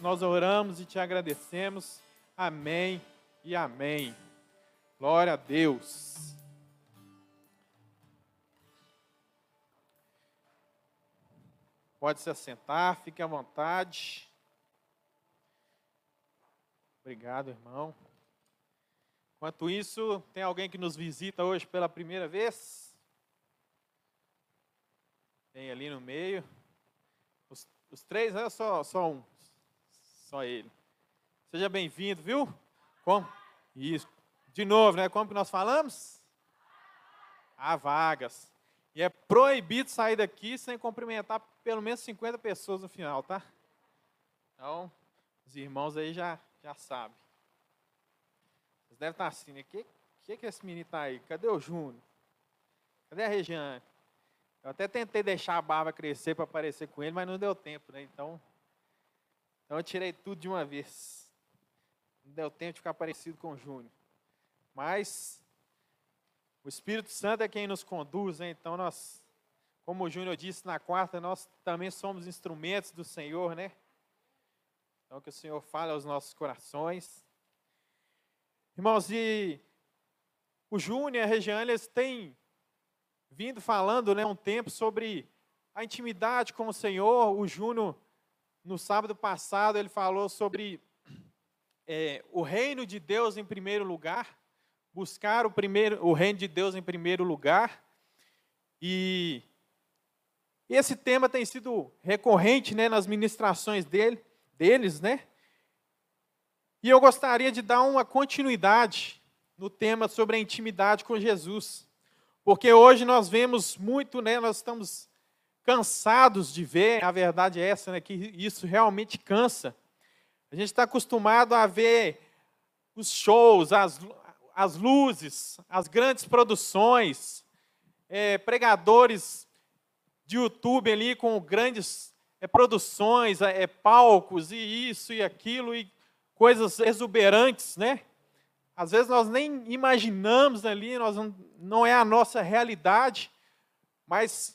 nós oramos e te agradecemos. Amém e amém. Glória a Deus. Pode se assentar, fique à vontade. Obrigado, irmão. Enquanto isso, tem alguém que nos visita hoje pela primeira vez? Tem ali no meio. Os três, é só um. Só ele. Seja bem-vindo, viu? Como? Isso. De novo, né? Como que nós falamos? Há vagas. E é proibido sair daqui sem cumprimentar pelo menos 50 pessoas no final, tá? Então, os irmãos aí já sabem. Vocês devem estar assim, né? Que esse menino tá aí? Cadê o Júnior? Cadê a Regiane? Eu até tentei deixar a barba crescer para parecer com ele, mas não deu tempo, né? Então eu tirei tudo de uma vez. Não deu tempo de ficar parecido com o Júnior. Mas o Espírito Santo é quem nos conduz, né? Então nós, como o Júnior disse na quarta, nós também somos instrumentos do Senhor, né? Então que o Senhor fale aos nossos corações. Irmãos, e o Júnior e a Regiane, eles têm vindo falando, né, um tempo sobre a intimidade com o Senhor. O Júnior, no sábado passado, ele falou sobre o reino de Deus em primeiro lugar, buscar o reino de Deus em primeiro lugar. E esse tema tem sido recorrente, né, nas ministrações deles, né? E eu gostaria de dar uma continuidade no tema sobre a intimidade com Jesus. Porque hoje nós vemos muito, né, nós estamos cansados de ver, a verdade é essa, né, que isso realmente cansa. A gente está acostumado a ver os shows, as luzes, as grandes produções, pregadores de YouTube ali com grandes produções, palcos e isso e aquilo, e coisas exuberantes, né? Às vezes nós nem imaginamos ali, não é a nossa realidade, mas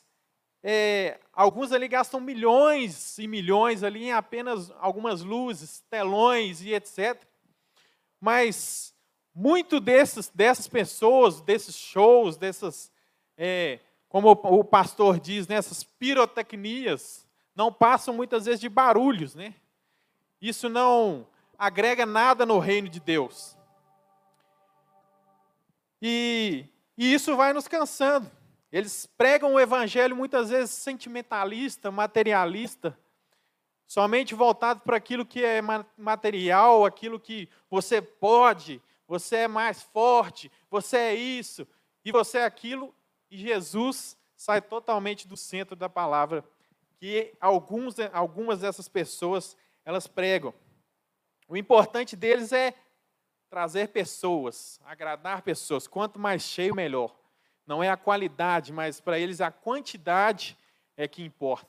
alguns ali gastam milhões e milhões ali em apenas algumas luzes, telões e etc. Mas muito dessas pessoas, desses shows, como o pastor diz, né, essas pirotecnias, não passam muitas vezes de barulhos, né? Isso não agrega nada no reino de Deus. E isso vai nos cansando. Eles pregam o evangelho muitas vezes sentimentalista, materialista, somente voltado para aquilo que é material, aquilo que você pode, você é mais forte, você é isso, e você é aquilo, e Jesus sai totalmente do centro da palavra, que algumas dessas pessoas, elas pregam. O importante deles é trazer pessoas, agradar pessoas. Quanto mais cheio, melhor. Não é a qualidade, mas para eles a quantidade é que importa.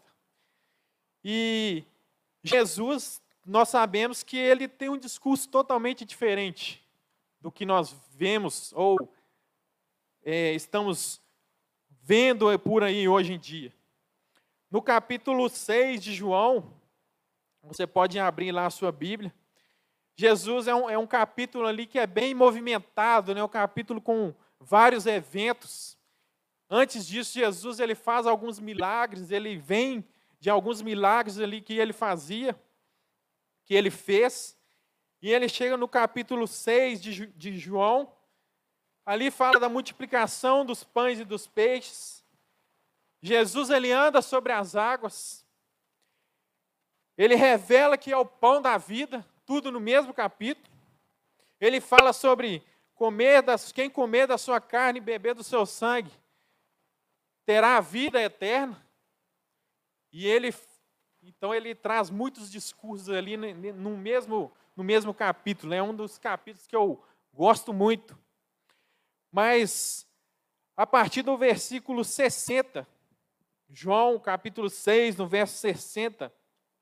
E Jesus, nós sabemos que ele tem um discurso totalmente diferente do que nós vemos ou estamos vendo por aí hoje em dia. No capítulo 6 de João, você pode abrir lá a sua Bíblia. Jesus é um capítulo ali que é bem movimentado, né? Um capítulo com vários eventos. Antes disso, Jesus ele faz alguns milagres, ele vem de alguns milagres ali que ele fazia, que ele fez, e ele chega no capítulo 6 de João, ali fala da multiplicação dos pães e dos peixes. Jesus ele anda sobre as águas, ele revela que é o pão da vida, tudo no mesmo capítulo. Ele fala sobre quem comer da sua carne e beber do seu sangue terá a vida eterna. E então ele traz muitos discursos ali no mesmo capítulo. É um dos capítulos que eu gosto muito. Mas a partir do versículo 60, João capítulo 6, no verso 60,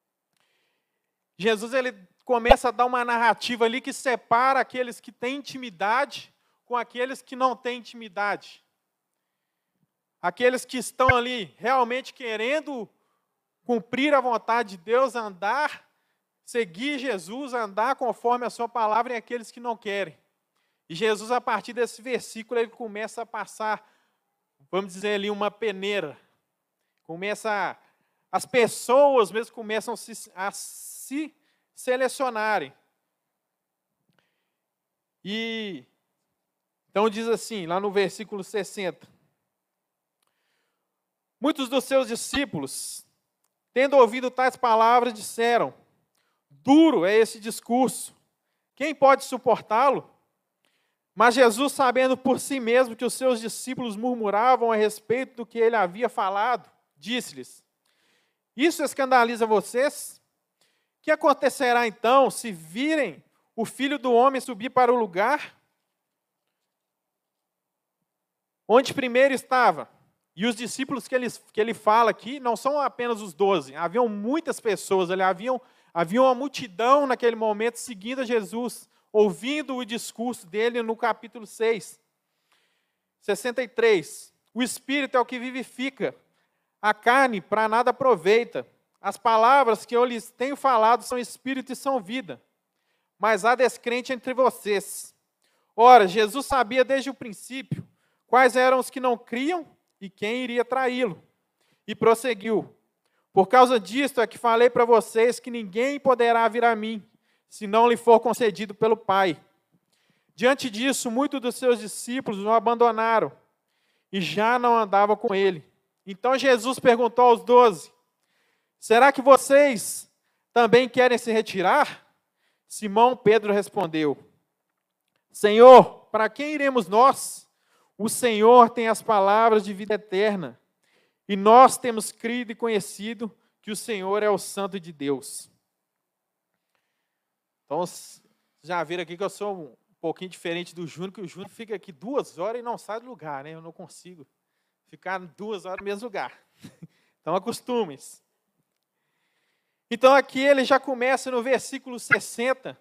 Jesus ele começa a dar uma narrativa ali que separa aqueles que têm intimidade com aqueles que não têm intimidade. Aqueles que estão ali realmente querendo cumprir a vontade de Deus, andar seguir Jesus, andar conforme a sua palavra, e aqueles que não querem. E Jesus, a partir desse versículo, ele começa a passar, vamos dizer ali, uma peneira. As pessoas mesmo começam a se selecionarem. E então diz assim, lá no versículo 60. Muitos dos seus discípulos, tendo ouvido tais palavras, disseram: duro é esse discurso, quem pode suportá-lo? Mas Jesus, sabendo por si mesmo que os seus discípulos murmuravam a respeito do que ele havia falado, disse-lhes: isso escandaliza vocês? Que acontecerá então se virem o Filho do Homem subir para o lugar onde primeiro estava? E os discípulos que ele fala aqui não são apenas os 12, haviam muitas pessoas ali, havia uma multidão naquele momento seguindo a Jesus, ouvindo o discurso dele no capítulo 6. 63. O Espírito é o que vivifica, a carne para nada aproveita. As palavras que eu lhes tenho falado são Espírito e são vida. Mas há descrente entre vocês. Ora, Jesus sabia desde o princípio quais eram os que não criam e quem iria traí-lo. E prosseguiu: por causa disto é que falei para vocês que ninguém poderá vir a mim, se não lhe for concedido pelo Pai. Diante disso, muitos dos seus discípulos o abandonaram e já não andavam com ele. Então Jesus perguntou aos 12: será que vocês também querem se retirar? Simão Pedro respondeu: Senhor, para quem iremos nós? O Senhor tem as palavras de vida eterna, e nós temos crido e conhecido que o Senhor é o Santo de Deus. Então, já viram aqui que eu sou um pouquinho diferente do Júnior, que o Júnior fica aqui 2 horas e não sai do lugar, né? Eu não consigo ficar 2 horas no mesmo lugar. Então, acostumem-se. Então, aqui ele já começa no versículo 60,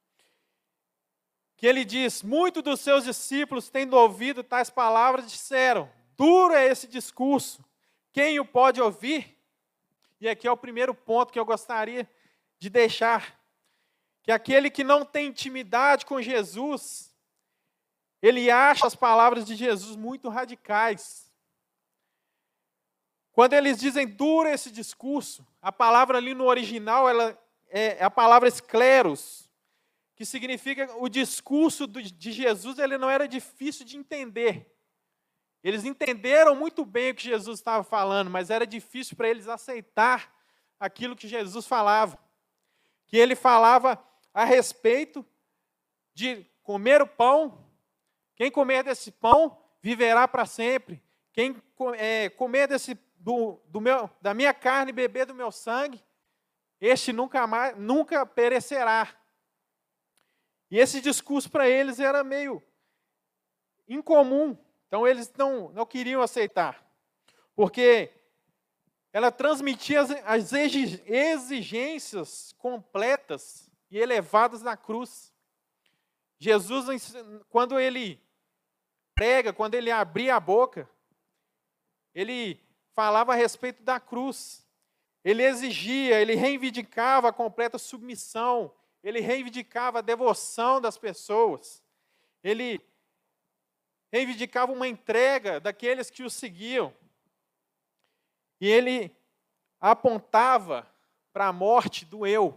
que ele diz: muitos dos seus discípulos, tendo ouvido tais palavras, disseram: duro é esse discurso, quem o pode ouvir? E aqui é o primeiro ponto que eu gostaria de deixar, que aquele que não tem intimidade com Jesus, ele acha as palavras de Jesus muito radicais. Quando eles dizem duro esse discurso, a palavra ali no original ela é a palavra escleros, que significa o discurso de Jesus, ele não era difícil de entender. Eles entenderam muito bem o que Jesus estava falando, mas era difícil para eles aceitar aquilo que Jesus falava. Que ele falava a respeito de comer o pão, quem comer desse pão viverá para sempre. Quem comer da minha carne e beber do meu sangue, este nunca perecerá. E esse discurso para eles era meio incomum. Então eles não queriam aceitar. Porque ela transmitia as exigências completas e elevadas na cruz. Jesus, quando ele prega, quando ele abria a boca, ele falava a respeito da cruz. Ele exigia, ele reivindicava a completa submissão, ele reivindicava a devoção das pessoas, ele reivindicava uma entrega daqueles que o seguiam. E ele apontava para a morte do eu.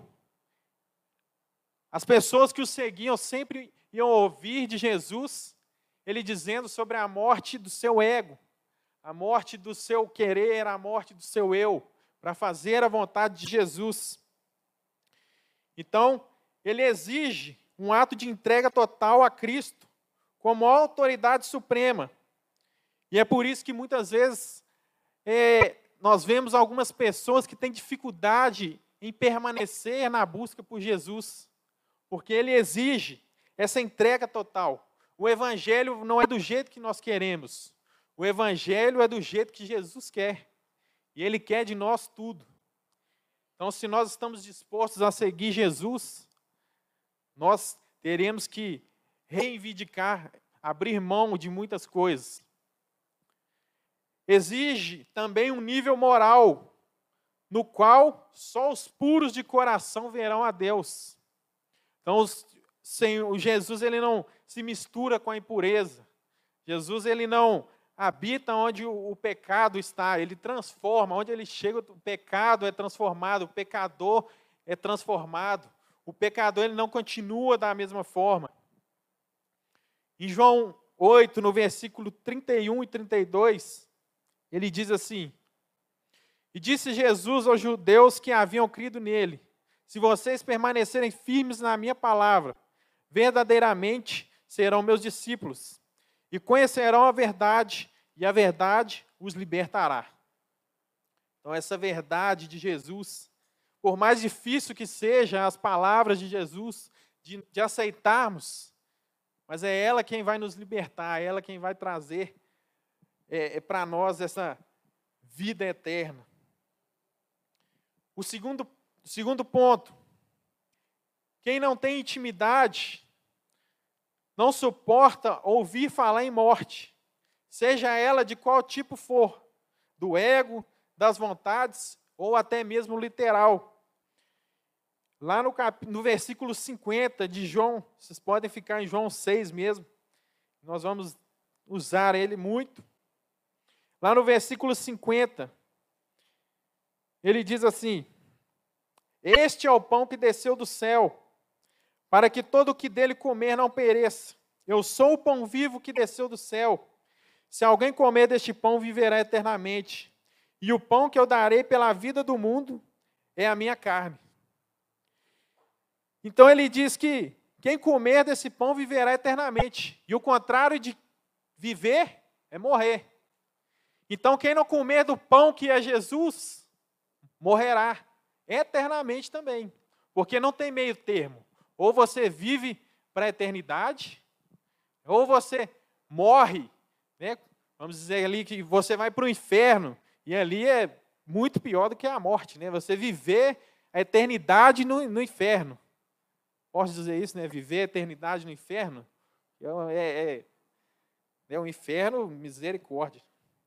As pessoas que o seguiam sempre iam ouvir de Jesus, ele dizendo sobre a morte do seu ego, a morte do seu querer, a morte do seu eu, para fazer a vontade de Jesus. Então, ele exige um ato de entrega total a Cristo, como autoridade suprema. E é por isso que muitas vezes nós vemos algumas pessoas que têm dificuldade em permanecer na busca por Jesus, porque ele exige essa entrega total. O Evangelho não é do jeito que nós queremos. O Evangelho é do jeito que Jesus quer. E Ele quer de nós tudo. Então, se nós estamos dispostos a seguir Jesus, nós teremos que reivindicar, abrir mão de muitas coisas. Exige também um nível moral no qual só os puros de coração verão a Deus. Então, o Jesus ele não se mistura com a impureza. Jesus ele não habita onde o pecado está, ele transforma. Onde ele chega, o pecado é transformado, o pecador é transformado. O pecador ele não continua da mesma forma. Em João 8, no versículo 31 e 32, ele diz assim: E disse Jesus aos judeus que haviam crido nele: Se vocês permanecerem firmes na minha palavra, verdadeiramente serão meus discípulos, e conhecerão a verdade, e a verdade os libertará. Então, essa verdade de Jesus, por mais difícil que sejam as palavras de Jesus, de aceitarmos, mas é ela quem vai nos libertar, é ela quem vai trazer para nós essa vida eterna. O segundo ponto: quem não tem intimidade não suporta ouvir falar em morte, seja ela de qual tipo for, do ego, das vontades ou até mesmo literal. Lá no versículo 50 de João, vocês podem ficar em João 6 mesmo, nós vamos usar ele muito. Lá no versículo 50, ele diz assim: Este é o pão que desceu do céu, para que todo o que dele comer não pereça. Eu sou o pão vivo que desceu do céu. Se alguém comer deste pão, viverá eternamente. E o pão que eu darei pela vida do mundo é a minha carne. Então ele diz que quem comer desse pão viverá eternamente. E o contrário de viver é morrer. Então quem não comer do pão que é Jesus, morrerá eternamente também. Porque não tem meio termo. Ou você vive para a eternidade, ou você morre, né? Vamos dizer ali que você vai para o inferno, e ali é muito pior do que a morte, né? Você viver a eternidade no inferno. Posso dizer isso, né? Viver a eternidade no inferno é um inferno, misericórdia.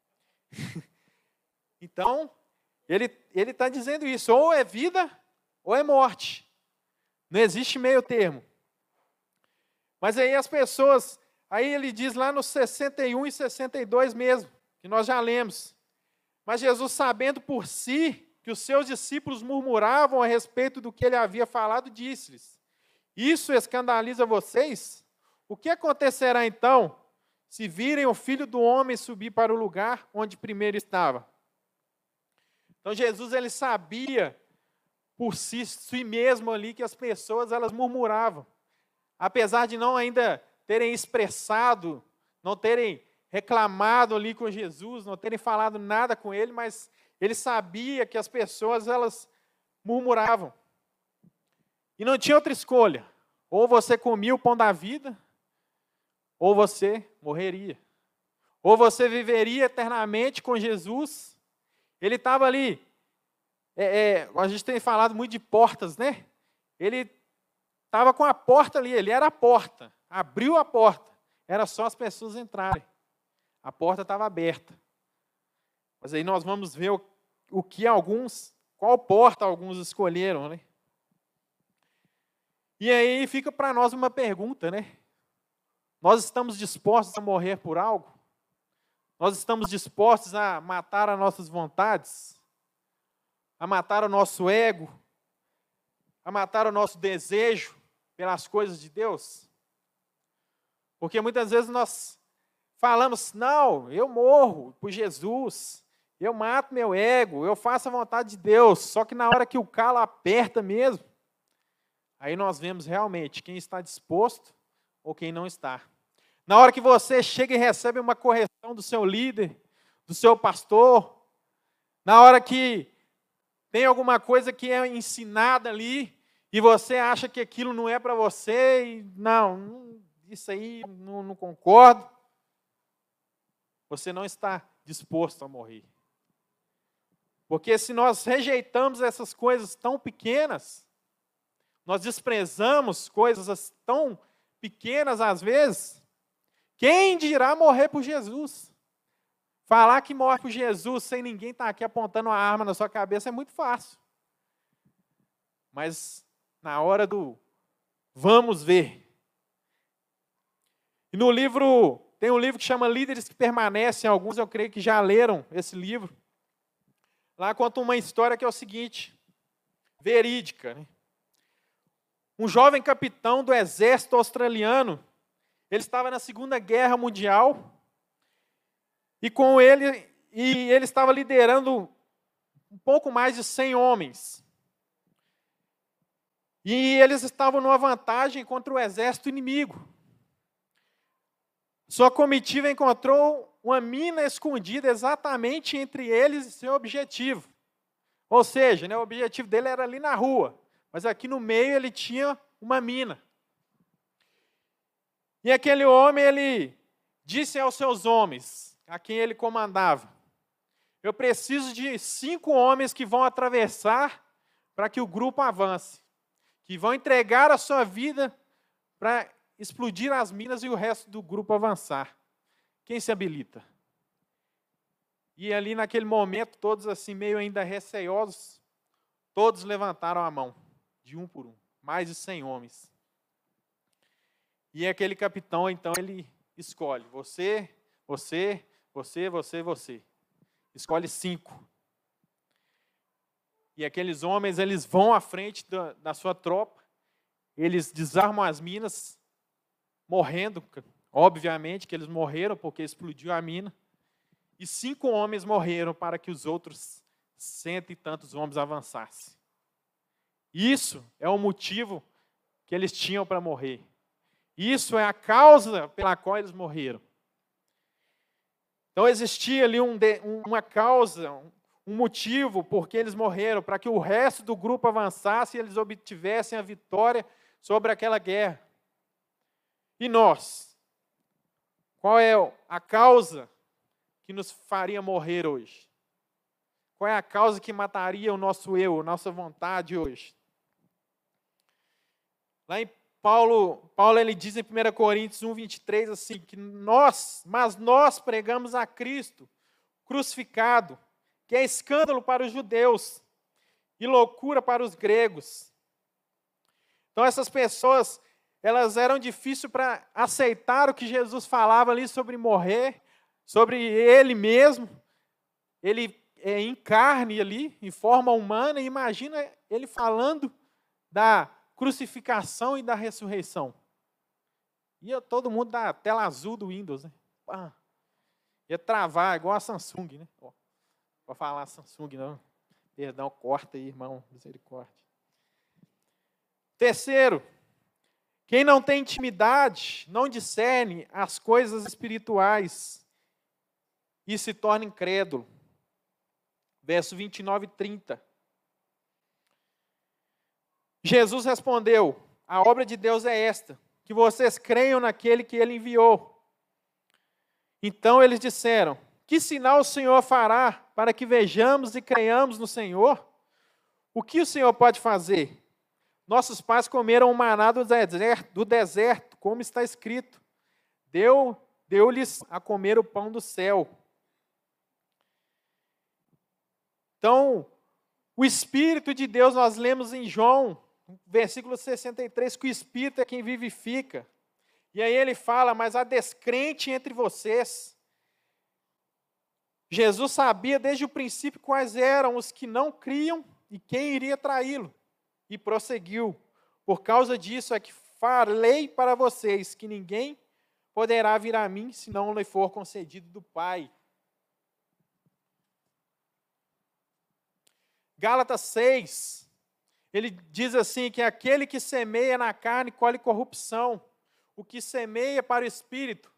Então, ele está dizendo isso: ou é vida, ou é morte. Não existe meio termo. Mas aí as pessoas, aí ele diz lá nos 61 e 62 mesmo, que nós já lemos. Mas Jesus, sabendo por si que os seus discípulos murmuravam a respeito do que ele havia falado, disse-lhes: Isso escandaliza vocês? O que acontecerá então, se virem o Filho do Homem subir para o lugar onde primeiro estava? Então Jesus, ele sabia por si mesmo ali que as pessoas elas murmuravam. Apesar de não ainda terem expressado, não terem reclamado ali com Jesus, não terem falado nada com ele, mas ele sabia que as pessoas elas murmuravam. E não tinha outra escolha. Ou você comia o pão da vida, ou você morreria. Ou você viveria eternamente com Jesus. Ele estava ali. A gente tem falado muito de portas, né? Ele estava com a porta ali, ele era a porta. Abriu a porta. Era só as pessoas entrarem. A porta estava aberta. Mas aí nós vamos ver qual porta alguns escolheram, né? E aí fica para nós uma pergunta, né? Nós estamos dispostos a morrer por algo? Nós estamos dispostos a matar as nossas vontades? A matar o nosso ego? A matar o nosso desejo pelas coisas de Deus? Porque muitas vezes nós falamos: não, eu morro por Jesus, eu mato meu ego, eu faço a vontade de Deus. Só que na hora que o calo aperta mesmo, aí nós vemos realmente quem está disposto ou quem não está. Na hora que você chega e recebe uma correção do seu líder, do seu pastor, na hora que tem alguma coisa que é ensinada ali, e você acha que aquilo não é para você, e não, isso aí não concordo, você não está disposto a morrer. Porque se nós rejeitamos essas coisas tão pequenas, nós desprezamos coisas tão pequenas às vezes, quem dirá morrer por Jesus? Falar que morre por Jesus sem ninguém estar aqui apontando uma arma na sua cabeça é muito fácil. Mas na hora do vamos ver. E no livro, tem um livro que chama Líderes que Permanecem, alguns eu creio que já leram esse livro. Lá conta uma história que é o seguinte, verídica, né? Um jovem capitão do exército australiano, ele estava na Segunda Guerra Mundial, e ele estava liderando um pouco mais de 100 homens. E eles estavam numa vantagem contra o exército inimigo. Sua comitiva encontrou uma mina escondida exatamente entre eles e seu objetivo. Ou seja, né, o objetivo dele era ali na rua, mas aqui no meio ele tinha uma mina. E aquele homem, ele disse aos seus homens, a quem ele comandava, eu preciso de 5 homens que vão atravessar para que o grupo avance, que vão entregar a sua vida para explodir as minas e o resto do grupo avançar. Quem se habilita? E ali naquele momento, todos assim meio ainda receosos, todos levantaram a mão, de um por um, mais de 100 homens. E aquele capitão, então, ele escolhe, você. Escolhe 5. E aqueles homens, eles vão à frente da sua tropa, eles desarmam as minas, morrendo, obviamente que eles morreram porque explodiu a mina, e 5 homens morreram para que os outros 100 e tantos homens avançassem. Isso é o motivo que eles tinham para morrer. Isso é a causa pela qual eles morreram. Então existia ali uma causa, um motivo por que eles morreram, para que o resto do grupo avançasse e eles obtivessem a vitória sobre aquela guerra. E nós? Qual é a causa que nos faria morrer hoje? Qual é a causa que mataria o nosso eu, a nossa vontade hoje? Lá em Paulo ele diz em 1 Coríntios 1:23 assim, mas nós pregamos a Cristo crucificado, que é escândalo para os judeus e loucura para os gregos. Então essas pessoas, elas eram difíceis para aceitar o que Jesus falava ali sobre morrer, sobre ele mesmo. Ele é em carne ali, em forma humana, e imagina ele falando da crucificação e da ressurreição. Ia todo mundo da tela azul do Windows, né? Ia travar, igual a Samsung, né? Vou falar Samsung, não. Perdão, corta aí, irmão. Misericórdia. Terceiro, quem não tem intimidade, não discerne as coisas espirituais e se torna incrédulo. Verso 29 e 30. Jesus respondeu, a obra de Deus é esta, que vocês creiam naquele que ele enviou. Então eles disseram, que sinal o Senhor fará para que vejamos e creiamos no Senhor? O que o Senhor pode fazer? Nossos pais comeram o maná do deserto, como está escrito. Deu-lhes a comer o pão do céu. Então, o Espírito de Deus, nós lemos em João, versículo 63, que o Espírito é quem vivifica. E aí ele fala, mas há descrente entre vocês. Jesus sabia desde o princípio quais eram os que não criam e quem iria traí-lo. E prosseguiu, por causa disso é que falei para vocês que ninguém poderá vir a mim se não lhe for concedido do Pai. Gálatas 6, ele diz assim, que aquele que semeia na carne colhe corrupção, o que semeia para o Espírito,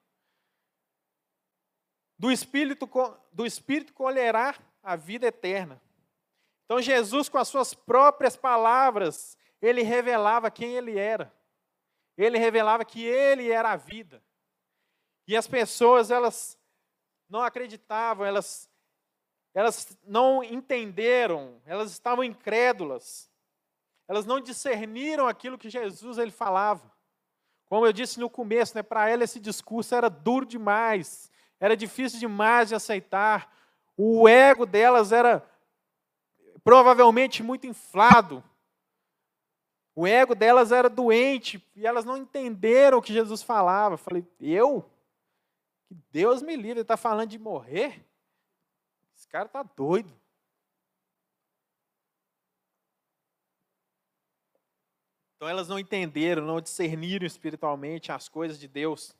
do Espírito colherá a vida eterna. Então Jesus, com as suas próprias palavras, ele revelava quem ele era. Ele revelava que ele era a vida. E as pessoas, elas não acreditavam, elas não entenderam, elas estavam incrédulas. Elas não discerniram aquilo que Jesus ele falava. Como eu disse no começo, né, para ela esse discurso era duro demais, era difícil demais de aceitar. O ego delas era provavelmente muito inflado. O ego delas era doente e elas não entenderam o que Jesus falava. Eu falei, que Deus me livre, ele está falando de morrer? Esse cara está doido. Então elas não entenderam, não discerniram espiritualmente as coisas de Deus.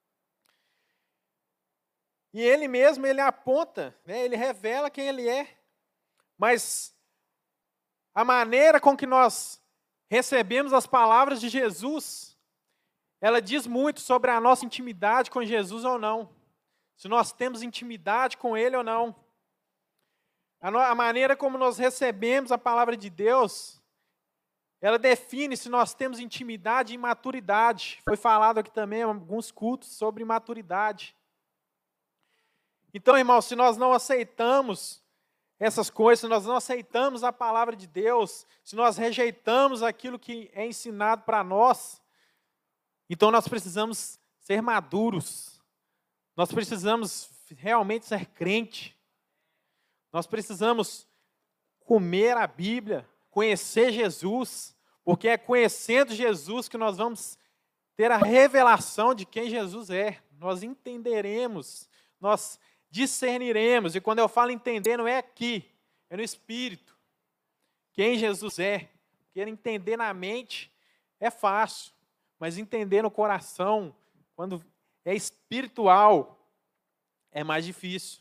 E ele mesmo, ele aponta, né, ele revela quem ele é. Mas a maneira com que nós recebemos as palavras de Jesus, ela diz muito sobre a nossa intimidade com Jesus ou não. Se nós temos intimidade com Ele ou não. A maneira como nós recebemos a palavra de Deus, ela define se nós temos intimidade e maturidade. Foi falado aqui também em alguns cultos sobre maturidade. Então, irmãos, se nós não aceitamos essas coisas, se nós não aceitamos a palavra de Deus, se nós rejeitamos aquilo que é ensinado para nós, então nós precisamos ser maduros. Nós precisamos realmente ser crente. Nós precisamos comer a Bíblia, conhecer Jesus, porque é conhecendo Jesus que nós vamos ter a revelação de quem Jesus é. Nós entenderemos, nós discerniremos, e quando eu falo entender, não é aqui, é no Espírito, quem Jesus é. Porque entender na mente é fácil, mas entender no coração, quando é espiritual, é mais difícil.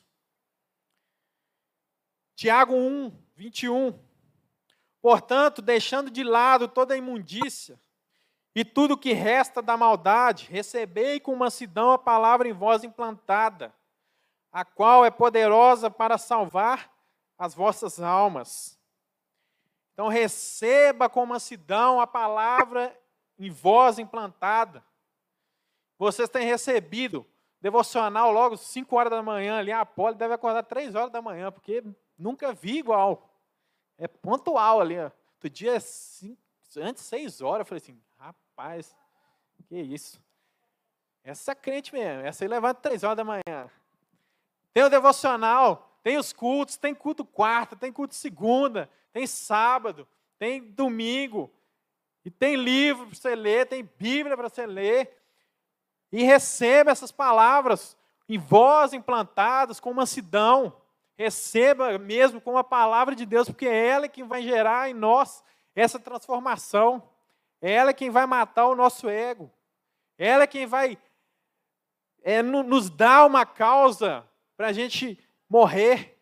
Tiago 1, 21. Portanto, deixando de lado toda a imundícia e tudo que resta da maldade, recebei com mansidão a palavra em vós implantada, a qual é poderosa para salvar as vossas almas. Então, receba com mansidão a palavra em vós implantada. Vocês têm recebido devocional logo 5 horas da manhã, ali a Poli deve acordar 3 horas da manhã, porque nunca vi igual. É pontual ali. Ó. Outro dia, antes 6 horas, eu falei assim, rapaz, que isso. Essa é crente mesmo, essa aí levanta 3 horas da manhã. Tem o devocional, tem os cultos, tem culto quarta, tem culto segunda, tem sábado, tem domingo, e tem livro para você ler, tem Bíblia para você ler, e receba essas palavras em vós implantadas com mansidão, receba mesmo com a palavra de Deus, porque é ela quem vai gerar em nós essa transformação, é ela quem vai matar o nosso ego, é ela quem vai nos dar uma causa para a gente morrer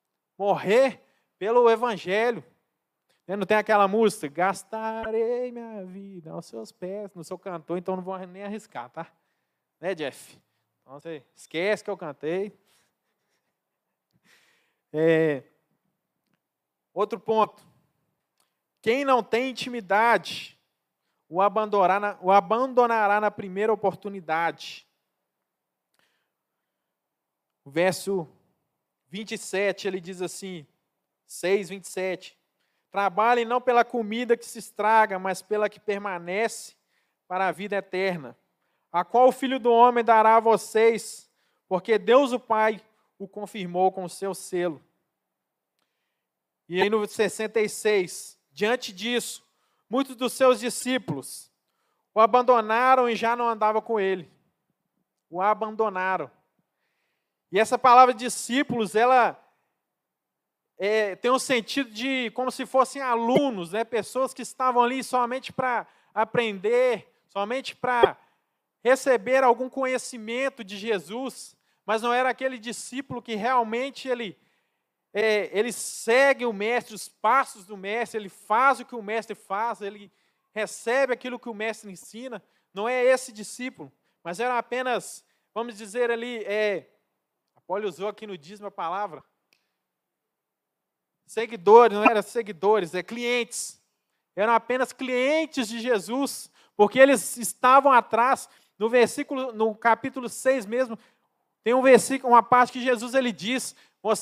pelo Evangelho. Não tem aquela música, gastarei minha vida aos seus pés, não sou cantor, então não vou nem arriscar, tá? Né, Jeff? Então você esquece que eu cantei. Outro ponto. Quem não tem intimidade, o abandonará na primeira oportunidade. O verso 27, ele diz assim, 6, 27. Trabalhem não pela comida que se estraga, mas pela que permanece para a vida eterna, a qual o Filho do Homem dará a vocês, porque Deus o Pai o confirmou com o seu selo. E aí no 66, diante disso, muitos dos seus discípulos o abandonaram e já não andavam com ele. O abandonaram. E essa palavra discípulos, ela tem um sentido de como se fossem alunos, né? Pessoas que estavam ali somente para aprender, somente para receber algum conhecimento de Jesus, mas não era aquele discípulo que realmente ele segue o mestre, os passos do mestre, ele faz o que o mestre faz, ele recebe aquilo que o mestre ensina. Não é esse discípulo, mas era apenas, vamos dizer ali, a Poli usou aqui no dízimo a palavra, seguidores, não eram seguidores, clientes. Eram apenas clientes de Jesus, porque eles estavam atrás, no capítulo 6 mesmo, tem um versículo, uma parte que Jesus ele diz,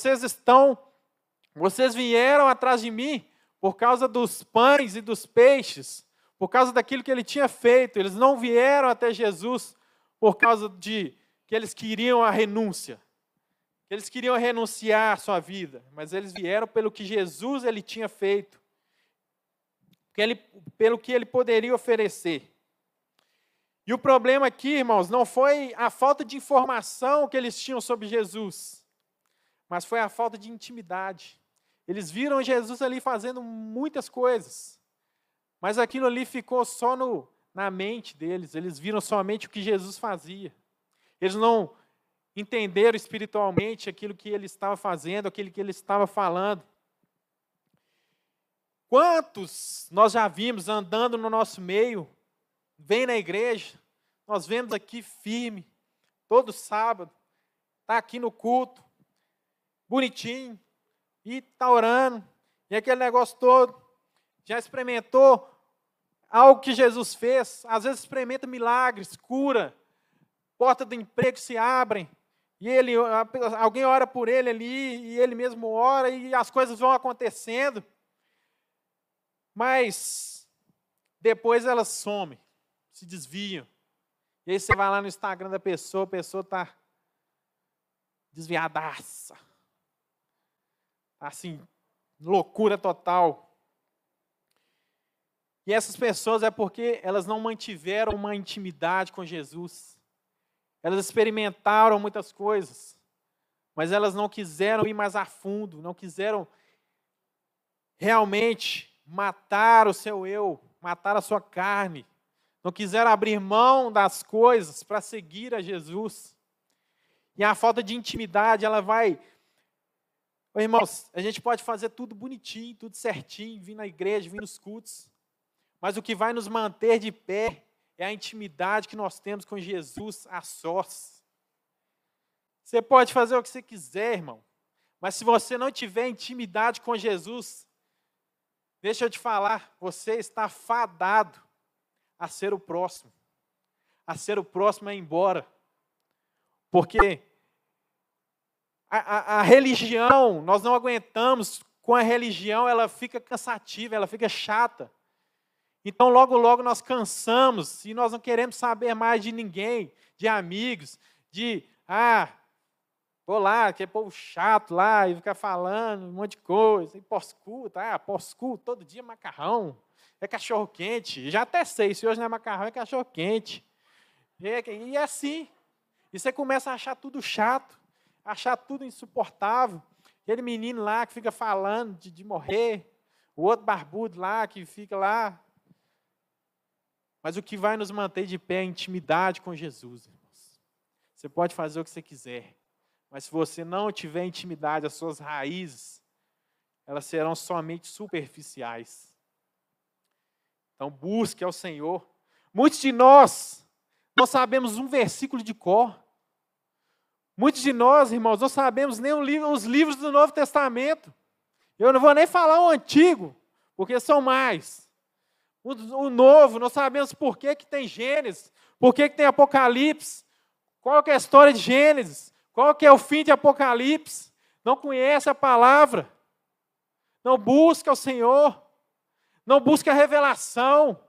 vocês vieram atrás de mim por causa dos pães e dos peixes, por causa daquilo que ele tinha feito. Eles não vieram até Jesus por causa de que eles queriam a renúncia, que eles queriam renunciar à sua vida, mas eles vieram pelo que Jesus ele tinha feito, pelo que ele poderia oferecer. E o problema aqui, irmãos, não foi a falta de informação que eles tinham sobre Jesus, mas foi a falta de intimidade. Eles viram Jesus ali fazendo muitas coisas, mas aquilo ali ficou só na mente deles. Eles viram somente o que Jesus fazia. Eles não entenderam espiritualmente aquilo que ele estava fazendo, aquilo que ele estava falando. Quantos nós já vimos andando no nosso meio, vem na igreja, nós vemos aqui firme, todo sábado, está aqui no culto, bonitinho, e está orando, e aquele negócio todo, já experimentou algo que Jesus fez, às vezes experimenta milagres, cura, porta do emprego se abrem, e alguém ora por ele ali, e ele mesmo ora, e as coisas vão acontecendo, mas depois elas somem, se desviam. E aí você vai lá no Instagram da pessoa, a pessoa está desviadaça. Assim, loucura total. E essas pessoas é porque elas não mantiveram uma intimidade com Jesus. Elas experimentaram muitas coisas, mas elas não quiseram ir mais a fundo, não quiseram realmente matar o seu eu, matar a sua carne. Não quiseram abrir mão das coisas para seguir a Jesus. E a falta de intimidade, ela vai... Irmãos, a gente pode fazer tudo bonitinho, tudo certinho, vir na igreja, vir nos cultos, mas o que vai nos manter de pé é a intimidade que nós temos com Jesus a sós. Você pode fazer o que você quiser, irmão, mas se você não tiver intimidade com Jesus, deixa eu te falar, você está fadado a ser o próximo. A ser o próximo é ir embora. Porque a religião, nós não aguentamos, com a religião ela fica cansativa, ela fica chata. Então logo, logo nós cansamos e nós não queremos saber mais de ninguém, de amigos, vou lá, que é povo chato lá, e ficar falando um monte de coisa, e pós-culto, todo dia macarrão, é cachorro-quente, já até sei, se hoje não é macarrão, é cachorro-quente. E é assim, e você começa a achar tudo chato, achar tudo insuportável. Aquele menino lá que fica falando de morrer, o outro barbudo lá que fica lá. Mas o que vai nos manter de pé é a intimidade com Jesus, irmãos. Você pode fazer o que você quiser, mas se você não tiver intimidade, as suas raízes, elas serão somente superficiais. Então busque ao Senhor. Muitos de nós não sabemos um versículo de cor. Muitos de nós, irmãos, não sabemos nem os livros do Novo Testamento. Eu não vou nem falar o Antigo, porque são mais. O Novo, nós sabemos por que tem Gênesis, por que tem Apocalipse, qual que é a história de Gênesis, qual que é o fim de Apocalipse. Não conhece a palavra, não busca o Senhor, não busca a revelação,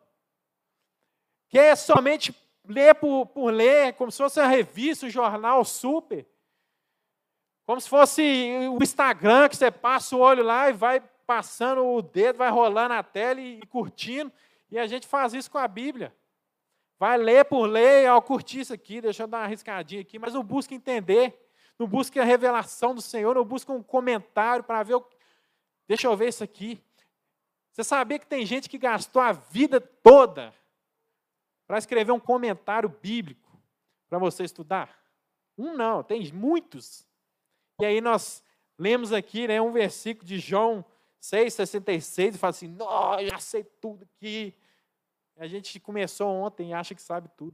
quer somente ler por ler, como se fosse uma revista, um jornal super, como se fosse o Instagram, que você passa o olho lá e vai passando o dedo, vai rolando a tela e curtindo, e a gente faz isso com a Bíblia. Vai ler por ler, curti isso aqui, deixa eu dar uma arriscadinha aqui, mas não busca entender, não busca a revelação do Senhor, não busca um comentário para ver, deixa eu ver isso aqui. Você sabia que tem gente que gastou a vida toda para escrever um comentário bíblico para você estudar? Não, tem muitos. E aí nós lemos aqui, né, um versículo de João 6,66, e fala assim, já sei tudo aqui. A gente começou ontem e acha que sabe tudo.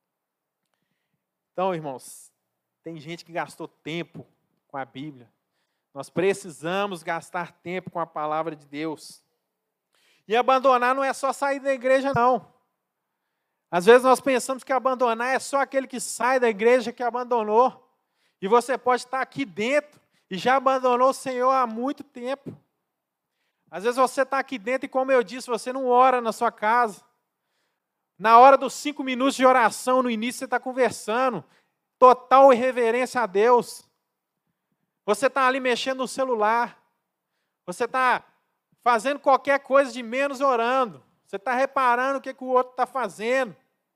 Então, irmãos, tem gente que gastou tempo com a Bíblia. Nós precisamos gastar tempo com a palavra de Deus. E abandonar não é só sair da igreja, não. Às vezes nós pensamos que abandonar é só aquele que sai da igreja que abandonou. E você pode estar aqui dentro e já abandonou o Senhor há muito tempo. Às vezes você está aqui dentro e, como eu disse, você não ora na sua casa. Na hora dos 5 minutos de oração, no início você está conversando. total irreverência a Deus. Você está ali mexendo no celular. Você está fazendo qualquer coisa de menos orando. Você está reparando o que o outro está fazendo.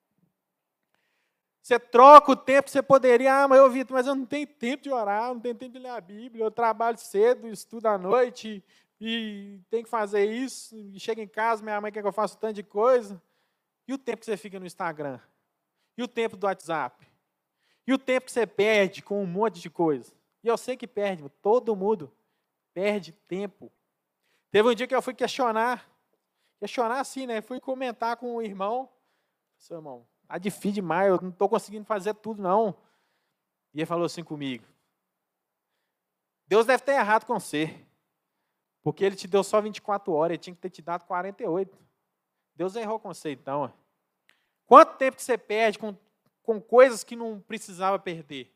Você troca o tempo que você poderia. Mas Vitor, mas eu não tenho tempo de orar, não tenho tempo de ler a Bíblia, eu trabalho cedo, estudo à noite, e tenho que fazer isso, e chego em casa, minha mãe quer que eu faça um tanto de coisa. E o tempo que você fica no Instagram? E o tempo do WhatsApp? E o tempo que você perde com um monte de coisa? E eu sei que perde, todo mundo perde tempo. Teve um dia que eu fui questionar assim, né? Fui comentar com o irmão. Seu irmão, tá difícil demais, eu não estou conseguindo fazer tudo, não. E ele falou assim comigo: Deus deve ter errado com você, porque Ele te deu só 24 horas, Ele tinha que ter te dado 48. Deus errou com você, então. Quanto tempo que você perde com coisas que não precisava perder?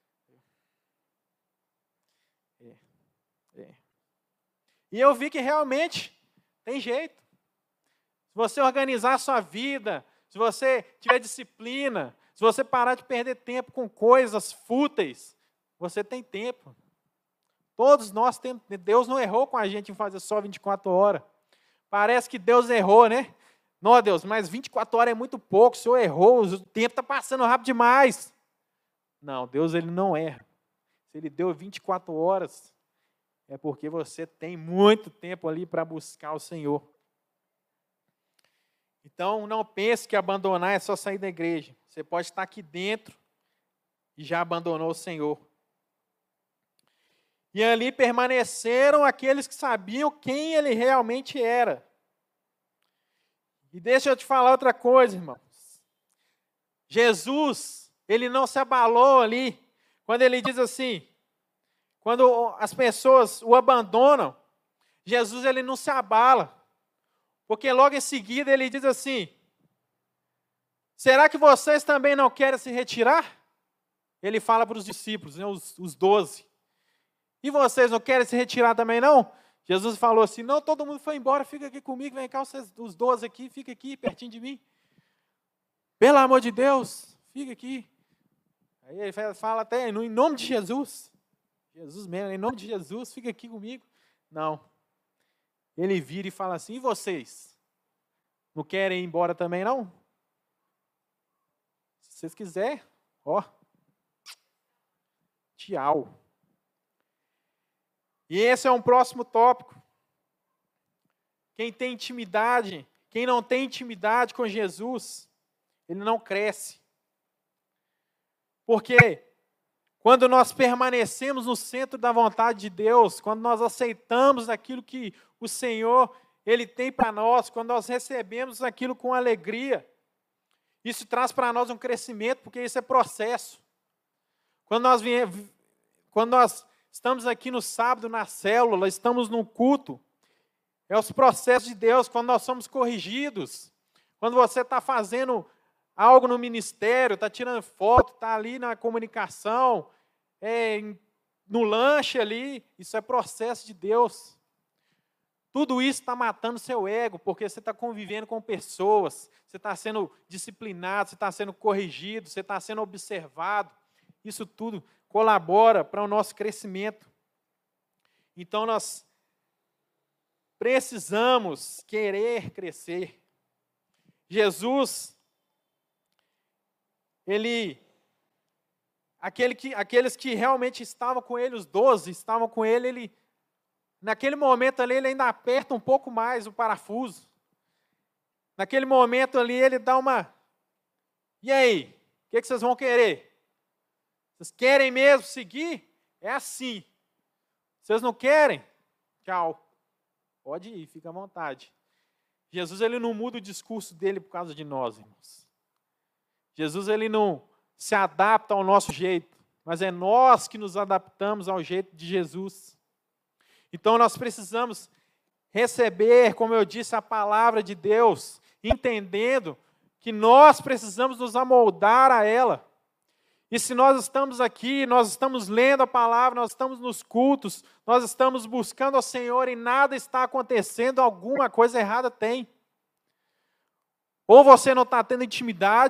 E eu vi que realmente tem jeito. Se você organizar a sua vida, se você tiver disciplina, se você parar de perder tempo com coisas fúteis, você tem tempo. Todos nós temos. Deus não errou com a gente em fazer só 24 horas. Parece que Deus errou, né? Não, Deus, mas 24 horas é muito pouco, o Senhor errou, o tempo está passando rápido demais. Não, Deus ele não erra. Se Ele deu 24 horas, é porque você tem muito tempo ali para buscar o Senhor. Então, não pense que abandonar é só sair da igreja. Você pode estar aqui dentro e já abandonou o Senhor. E ali permaneceram aqueles que sabiam quem Ele realmente era. E deixa eu te falar outra coisa, irmãos. Jesus, Ele não se abalou ali, quando Ele diz assim, quando as pessoas o abandonam, Jesus Ele não se abala. Porque logo em seguida Ele diz assim, será que vocês também não querem se retirar? Ele fala para os discípulos, né, os 12. E vocês não querem se retirar também não? Jesus falou assim, não, todo mundo foi embora, fica aqui comigo, vem cá, os 12 aqui, fica aqui, pertinho de mim. Pelo amor de Deus, fica aqui. Aí ele fala até, em nome de Jesus. Jesus mesmo, em nome de Jesus, fica aqui comigo. Não. Ele vira e fala assim, e vocês? Não querem ir embora também não? Se vocês quiserem, ó. Tchau. E esse é um próximo tópico. Quem tem intimidade, quem não tem intimidade com Jesus, ele não cresce. Porque quando nós permanecemos no centro da vontade de Deus, quando nós aceitamos aquilo que o Senhor Ele tem para nós, quando nós recebemos aquilo com alegria, isso traz para nós um crescimento, porque isso é processo. Quando nós estamos aqui no sábado, na célula, estamos num culto, é os processos de Deus, quando nós somos corrigidos, quando você está fazendo algo no ministério, está tirando foto, está ali na comunicação, no lanche ali, isso é processo de Deus. Tudo isso está matando seu ego, porque você está convivendo com pessoas, você está sendo disciplinado, você está sendo corrigido, você está sendo observado. Isso tudo colabora para o nosso crescimento. Então, nós precisamos querer crescer. Jesus, aqueles que realmente estavam com ele, os 12 estavam com ele, naquele momento ali, ele ainda aperta um pouco mais o parafuso. Naquele momento ali, ele dá uma... E aí? O que vocês vão querer? Vocês querem mesmo seguir? É assim. Vocês não querem? Tchau. Pode ir, fica à vontade. Jesus ele não muda o discurso dele por causa de nós, irmãos. Jesus ele não se adapta ao nosso jeito, mas é nós que nos adaptamos ao jeito de Jesus. Então nós precisamos receber, como eu disse, a palavra de Deus, entendendo que nós precisamos nos amoldar a ela. E se nós estamos aqui, nós estamos lendo a palavra, nós estamos nos cultos, nós estamos buscando ao Senhor e nada está acontecendo, alguma coisa errada tem. Ou você não está tendo intimidade,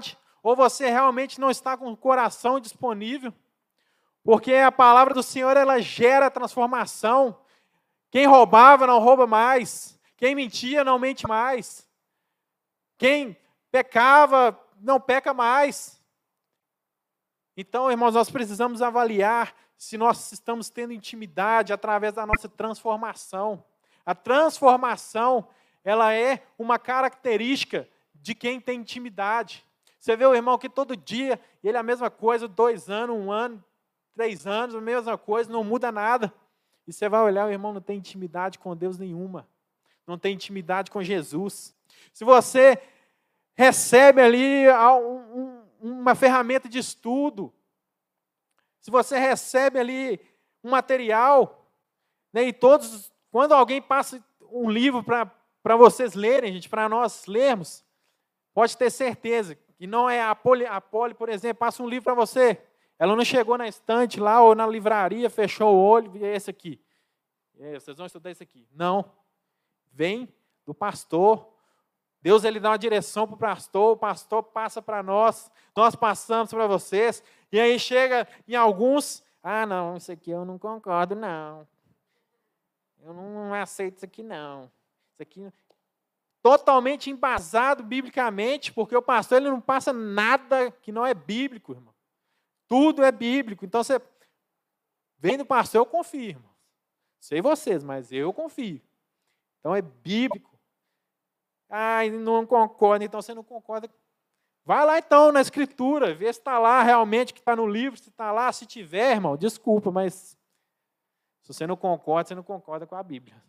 Ou você realmente não está com o coração disponível? Porque a palavra do Senhor, ela gera transformação. Quem roubava, não rouba mais. Quem mentia, não mente mais. Quem pecava, não peca mais. Então, irmãos, nós precisamos avaliar se nós estamos tendo intimidade através da nossa transformação. A transformação, ela é uma característica de quem tem intimidade. Você vê o irmão que todo dia, ele é a mesma coisa, 2 anos, 1 ano, 3 anos, a mesma coisa, não muda nada. E você vai olhar, o irmão não tem intimidade com Deus nenhuma. Não tem intimidade com Jesus. Se você recebe ali uma ferramenta de estudo, se você recebe ali um material, né, e todos, quando alguém passa um livro para vocês lerem, gente, para nós lermos, pode ter certeza que não é a Poli, por exemplo, passa um livro para você, ela não chegou na estante lá ou na livraria, fechou o olho e é esse aqui. Vocês vão estudar isso aqui. Não. Vem do pastor. Deus, ele dá uma direção para o pastor passa para nós passamos para vocês, e aí chega em alguns, não, isso aqui eu não concordo, não. Eu não aceito isso aqui, não. Isso aqui totalmente embasado biblicamente, porque o pastor, ele não passa nada que não é bíblico, irmão. Tudo é bíblico. Então, você vem do pastor, eu confio, irmão. Sei vocês, mas eu confio. Então, é bíblico. Não concorda, então você não concorda. Vai lá então na Escritura, vê se está lá realmente, que está no livro, se está lá, se tiver, irmão, desculpa, mas se você não concorda com a Bíblia.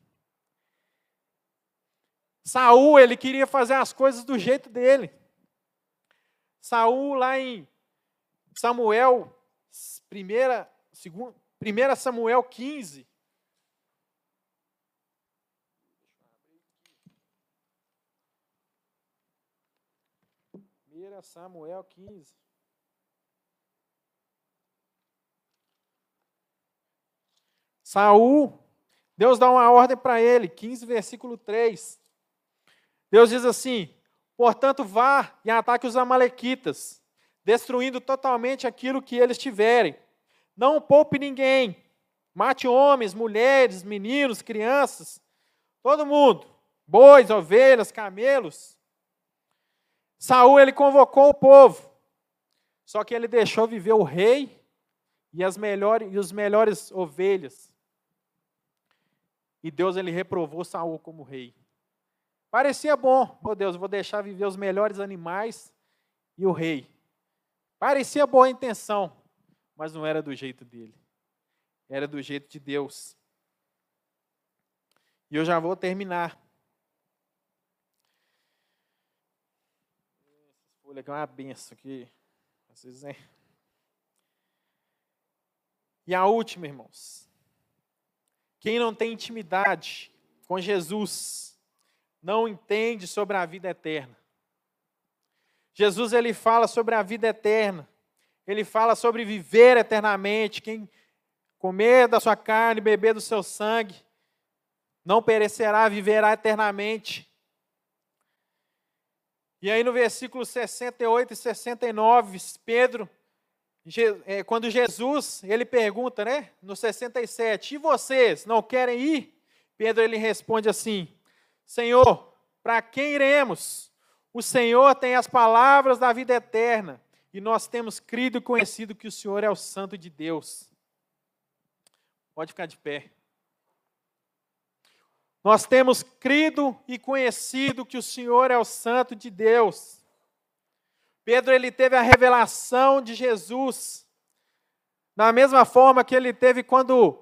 Saul, ele queria fazer as coisas do jeito dele. Saul, lá em Samuel, 1 Samuel 15, Samuel 15. Saul, Deus dá uma ordem para ele, 15, versículo 3. Deus diz assim: portanto, vá e ataque os amalequitas, destruindo totalmente aquilo que eles tiverem. Não poupe ninguém. Mate homens, mulheres, meninos, crianças, todo mundo, bois, ovelhas, camelos. Saul, ele convocou o povo, só que ele deixou viver o rei e os melhores ovelhas. E Deus, ele reprovou Saul como rei. Parecia bom, meu Deus, eu vou deixar viver os melhores animais e o rei. Parecia boa a intenção, mas não era do jeito dele. Era do jeito de Deus. E eu já vou terminar. Olha que é uma benção aqui. Vocês, né? E a última, irmãos. Quem não tem intimidade com Jesus não entende sobre a vida eterna. Jesus, ele fala sobre a vida eterna. Ele fala sobre viver eternamente. Quem comer da sua carne, beber do seu sangue, não perecerá, viverá eternamente. E aí no versículo 68 e 69, Pedro, quando Jesus, ele pergunta, né, no 67, e vocês não querem ir? Pedro, ele responde assim: Senhor, para quem iremos? O Senhor tem as palavras da vida eterna, e nós temos crido e conhecido que o Senhor é o Santo de Deus. Pode ficar de pé. Nós temos crido e conhecido que o Senhor é o Santo de Deus. Pedro, ele teve a revelação de Jesus, da mesma forma que ele teve quando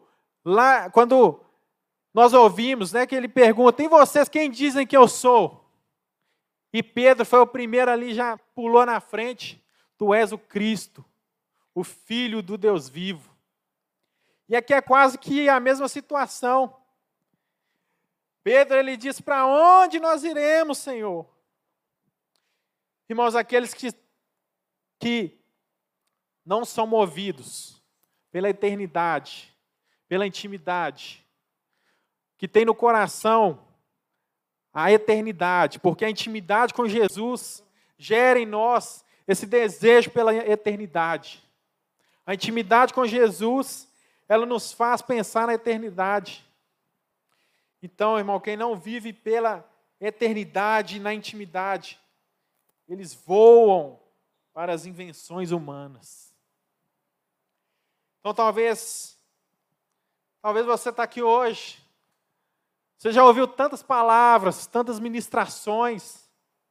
nós ouvimos, né, que ele pergunta: e vocês quem dizem que eu sou? E Pedro foi o primeiro ali, já pulou na frente: tu és o Cristo, o Filho do Deus vivo. E aqui é quase que a mesma situação. Pedro, ele diz: para onde nós iremos, Senhor? Irmãos, aqueles que não são movidos pela eternidade, pela intimidade, que tem no coração a eternidade, porque a intimidade com Jesus gera em nós esse desejo pela eternidade. A intimidade com Jesus, ela nos faz pensar na eternidade. Então, irmão, quem não vive pela eternidade, na intimidade, eles voam para as invenções humanas. Então, talvez você está aqui hoje, você já ouviu tantas palavras, tantas ministrações,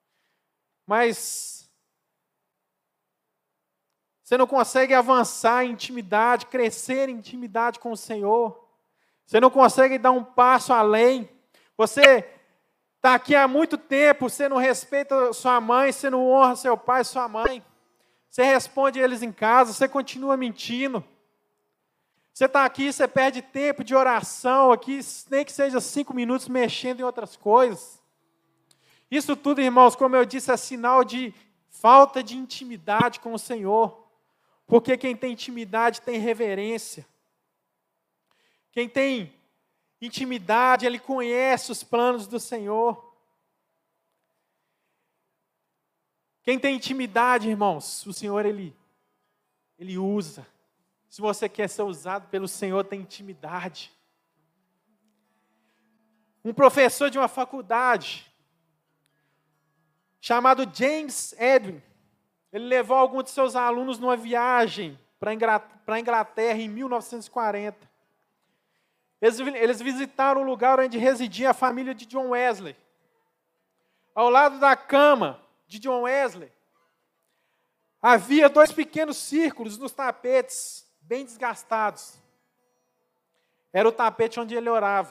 mas você não consegue avançar em intimidade, crescer em intimidade com o Senhor. Você não consegue dar um passo além. Você está aqui há muito tempo, você não respeita sua mãe, você não honra seu pai e sua mãe. Você responde eles em casa, você continua mentindo. Você está aqui, você perde tempo de oração aqui, nem que seja 5 minutos mexendo em outras coisas. Isso tudo, irmãos, como eu disse, é sinal de falta de intimidade com o Senhor. Porque quem tem intimidade tem reverência. Quem tem intimidade, ele conhece os planos do Senhor. Quem tem intimidade, irmãos, o Senhor, Ele usa. Se você quer ser usado pelo Senhor, tem intimidade. Um professor de uma faculdade, chamado James Edwin, ele levou alguns de seus alunos numa viagem para a Inglaterra em 1940. Eles visitaram o lugar onde residia a família de John Wesley. Ao lado da cama de John Wesley, havia 2 pequenos círculos nos tapetes, bem desgastados. Era o tapete onde ele orava.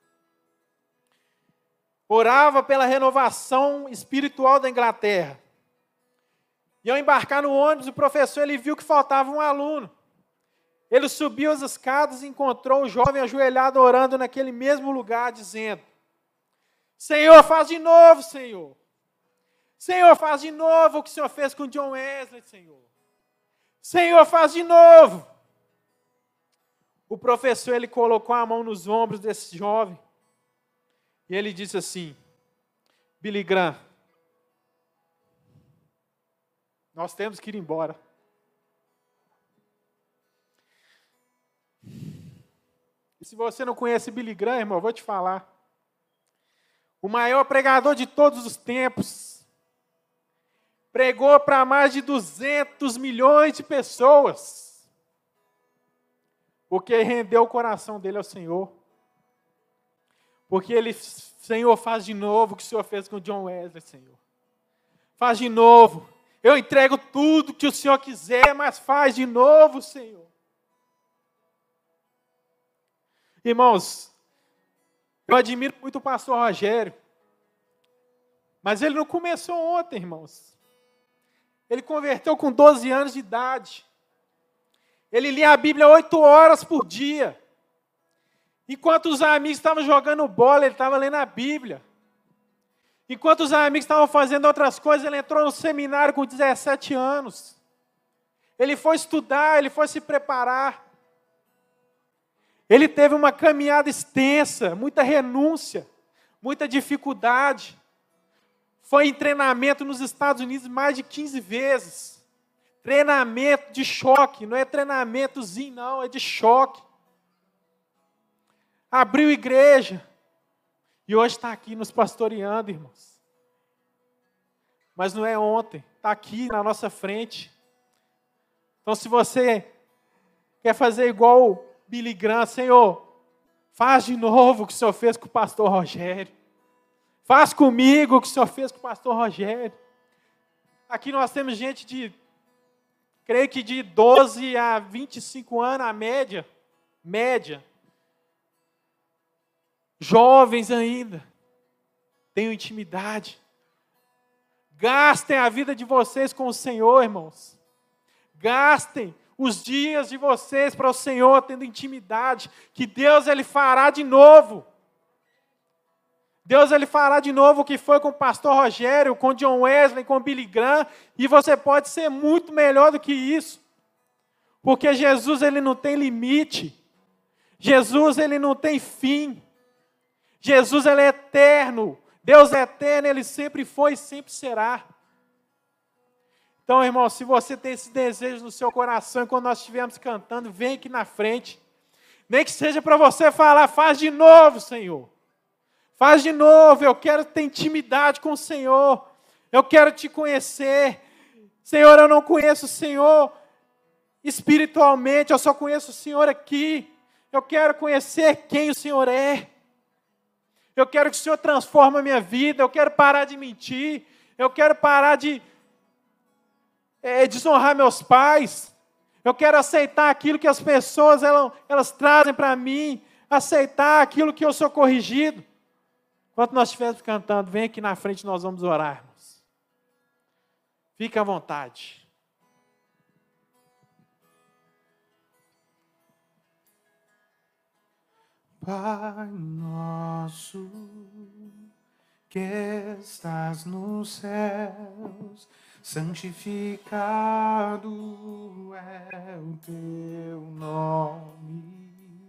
Orava pela renovação espiritual da Inglaterra. E ao embarcar no ônibus, o professor ele viu que faltava um aluno. Ele subiu as escadas e encontrou o jovem ajoelhado orando naquele mesmo lugar, dizendo: Senhor, faz de novo, Senhor. Senhor, faz de novo o que o Senhor fez com John Wesley, Senhor. Senhor, faz de novo. O professor ele colocou a mão nos ombros desse jovem e ele disse assim: Billy Graham, nós temos que ir embora. E se você não conhece Billy Graham, irmão, eu vou te falar. O maior pregador de todos os tempos. Pregou para mais de 200 milhões de pessoas. Porque rendeu o coração dele ao Senhor. Porque ele, Senhor, faz de novo o que o Senhor fez com John Wesley, Senhor. Faz de novo. Eu entrego tudo que o Senhor quiser, mas faz de novo, Senhor. Irmãos, eu admiro muito o pastor Rogério. Mas ele não começou ontem, irmãos. Ele converteu com 12 anos de idade. Ele lia a Bíblia 8 horas por dia. Enquanto os amigos estavam jogando bola, ele estava lendo a Bíblia. Enquanto os amigos estavam fazendo outras coisas, ele entrou no seminário com 17 anos. Ele foi estudar, ele foi se preparar. Ele teve uma caminhada extensa, muita renúncia, muita dificuldade. Foi em treinamento nos Estados Unidos mais de 15 vezes. Treinamento de choque, não é treinamentozinho não, é de choque. Abriu igreja. E hoje está aqui nos pastoreando, irmãos. Mas não é ontem, está aqui na nossa frente. Então se você quer fazer igual Billy Graham, Senhor, faz de novo o que o Senhor fez com o pastor Rogério. Faz comigo o que o Senhor fez com o pastor Rogério. Aqui nós temos gente de, creio que de 12 a 25 anos, a média. Jovens ainda. Tenham intimidade. Gastem a vida de vocês com o Senhor, irmãos. Gastem os dias de vocês para o Senhor, tendo intimidade, que Deus ele fará de novo. Deus ele fará de novo o que foi com o pastor Rogério, com John Wesley, com Billy Graham, e você pode ser muito melhor do que isso. Porque Jesus ele não tem limite. Jesus ele não tem fim. Jesus ele é eterno. Deus é eterno, ele sempre foi e sempre será. Então, Então, irmão, se você tem esse desejo no seu coração, quando nós estivermos cantando, vem aqui na frente. Nem que seja para você falar, faz de novo, Senhor. Faz de novo, eu quero ter intimidade com o Senhor. Eu quero te conhecer. Senhor, eu não conheço o Senhor espiritualmente, eu só conheço o Senhor aqui. Eu quero conhecer quem o Senhor é. Eu quero que o Senhor transforme a minha vida. Eu quero parar de mentir. Eu quero parar de desonrar meus pais. Eu quero aceitar aquilo que as pessoas elas trazem para mim. Aceitar aquilo que eu sou corrigido. Enquanto nós estivermos cantando, vem aqui na frente, nós vamos orar, irmãos. Fique à vontade. Pai nosso, que estás nos céus, santificado é o teu nome.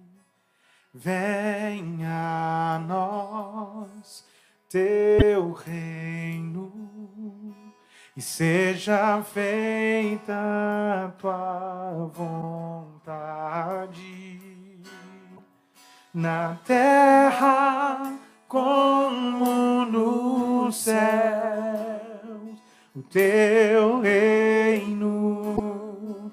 Venha a nós teu reino e seja feita a tua vontade, na terra como nos céus. O teu reino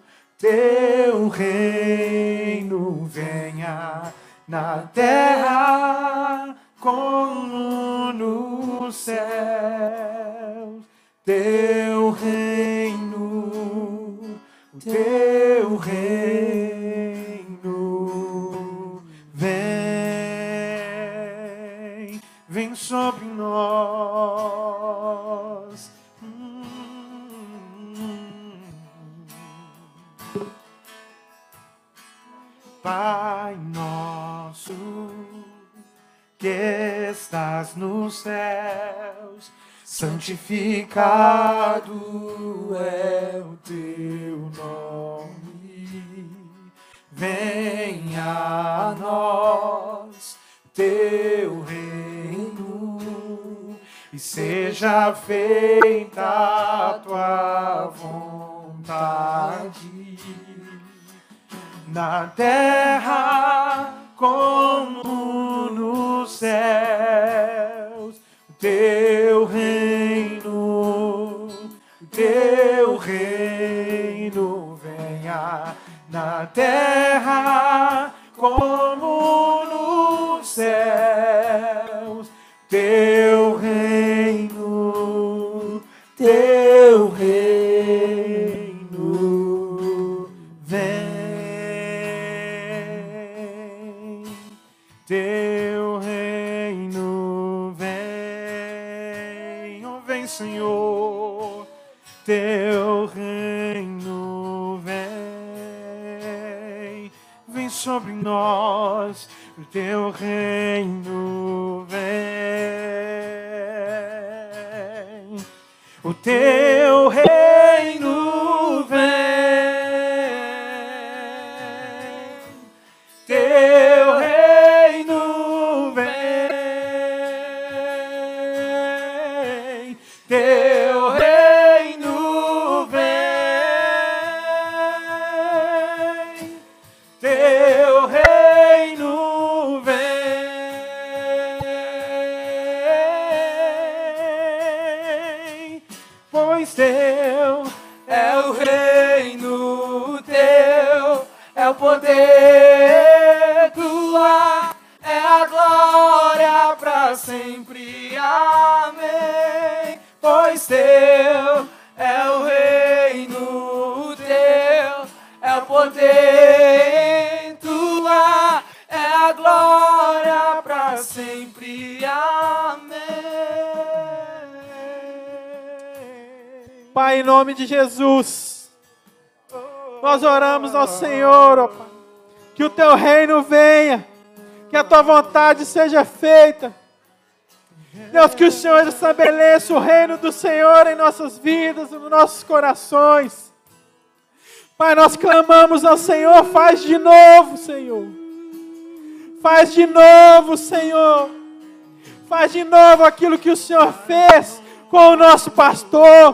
venha, na terra como nos céus. Teu reino vem sobre nós. Pai nosso, que estás nos céus, santificado é o teu nome. Venha a nós teu reino e seja feita a tua vontade, na terra como nos céus. O teu reino venha, na terra como nos céus. Teu reino vem. Teu reino vem. Oh, vem, Senhor. Teu reino vem. Vem sobre nós. O teu reino vem. O teu reino vem. Teu reino vem. Teu reino vem. Teu reino vem. Pois teu é o reino, teu é o poder, tua é a glória para sempre. Amém. Pois teu é o reino, teu é o poder, tua é a glória para sempre. Amém. Pai, em nome de Jesus, nós oramos ao Senhor, ó Pai, que o teu reino venha, que a tua vontade seja feita. Deus, que o Senhor estabeleça o reino do Senhor em nossas vidas, nos nossos corações. Pai, nós clamamos ao Senhor, faz de novo, Senhor. Faz de novo, Senhor. Faz de novo aquilo que o Senhor fez com o nosso pastor,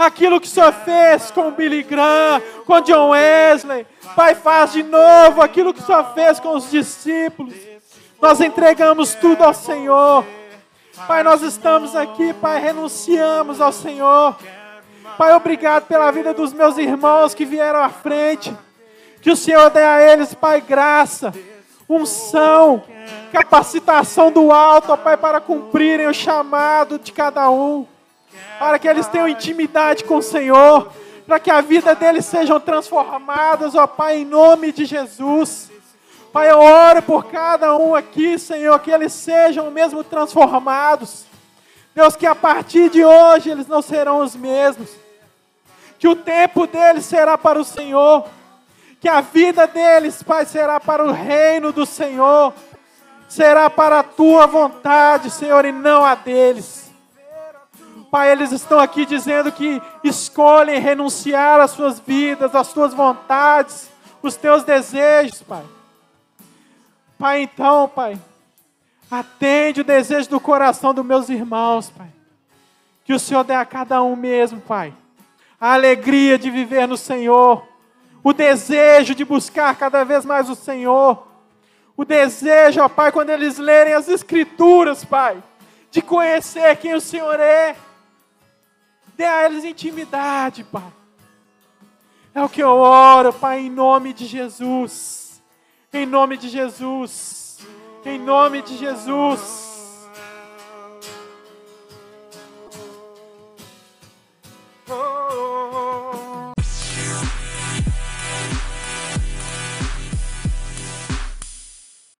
Aquilo que o Senhor fez com o Billy Graham, com o John Wesley. Pai, faz de novo aquilo que o Senhor fez com os discípulos. Nós entregamos tudo ao Senhor. Pai, nós estamos aqui, Pai, renunciamos ao Senhor. Pai, obrigado pela vida dos meus irmãos que vieram à frente. Que o Senhor dê a eles, Pai, graça, unção, capacitação do alto, ó Pai, para cumprirem o chamado de cada um. Para que eles tenham intimidade com o Senhor. Para que a vida deles sejam transformadas, ó Pai, em nome de Jesus. Pai, eu oro por cada um aqui, Senhor, que eles sejam mesmo transformados. Deus, que a partir de hoje eles não serão os mesmos. Que o tempo deles será para o Senhor. Que a vida deles, Pai, será para o reino do Senhor. Será para a Tua vontade, Senhor, e não a deles. Pai, eles estão aqui dizendo que escolhem renunciar às suas vidas, às suas vontades, os Teus desejos, Pai. Pai, então, Pai, atende o desejo do coração dos meus irmãos, Pai. Que o Senhor dê a cada um mesmo, Pai, a alegria de viver no Senhor, o desejo de buscar cada vez mais o Senhor, o desejo, ó Pai, quando eles lerem as Escrituras, Pai, de conhecer quem o Senhor é. Dê a eles intimidade, Pai. É o que eu oro, Pai, em nome de Jesus. Em nome de Jesus. Em nome de Jesus.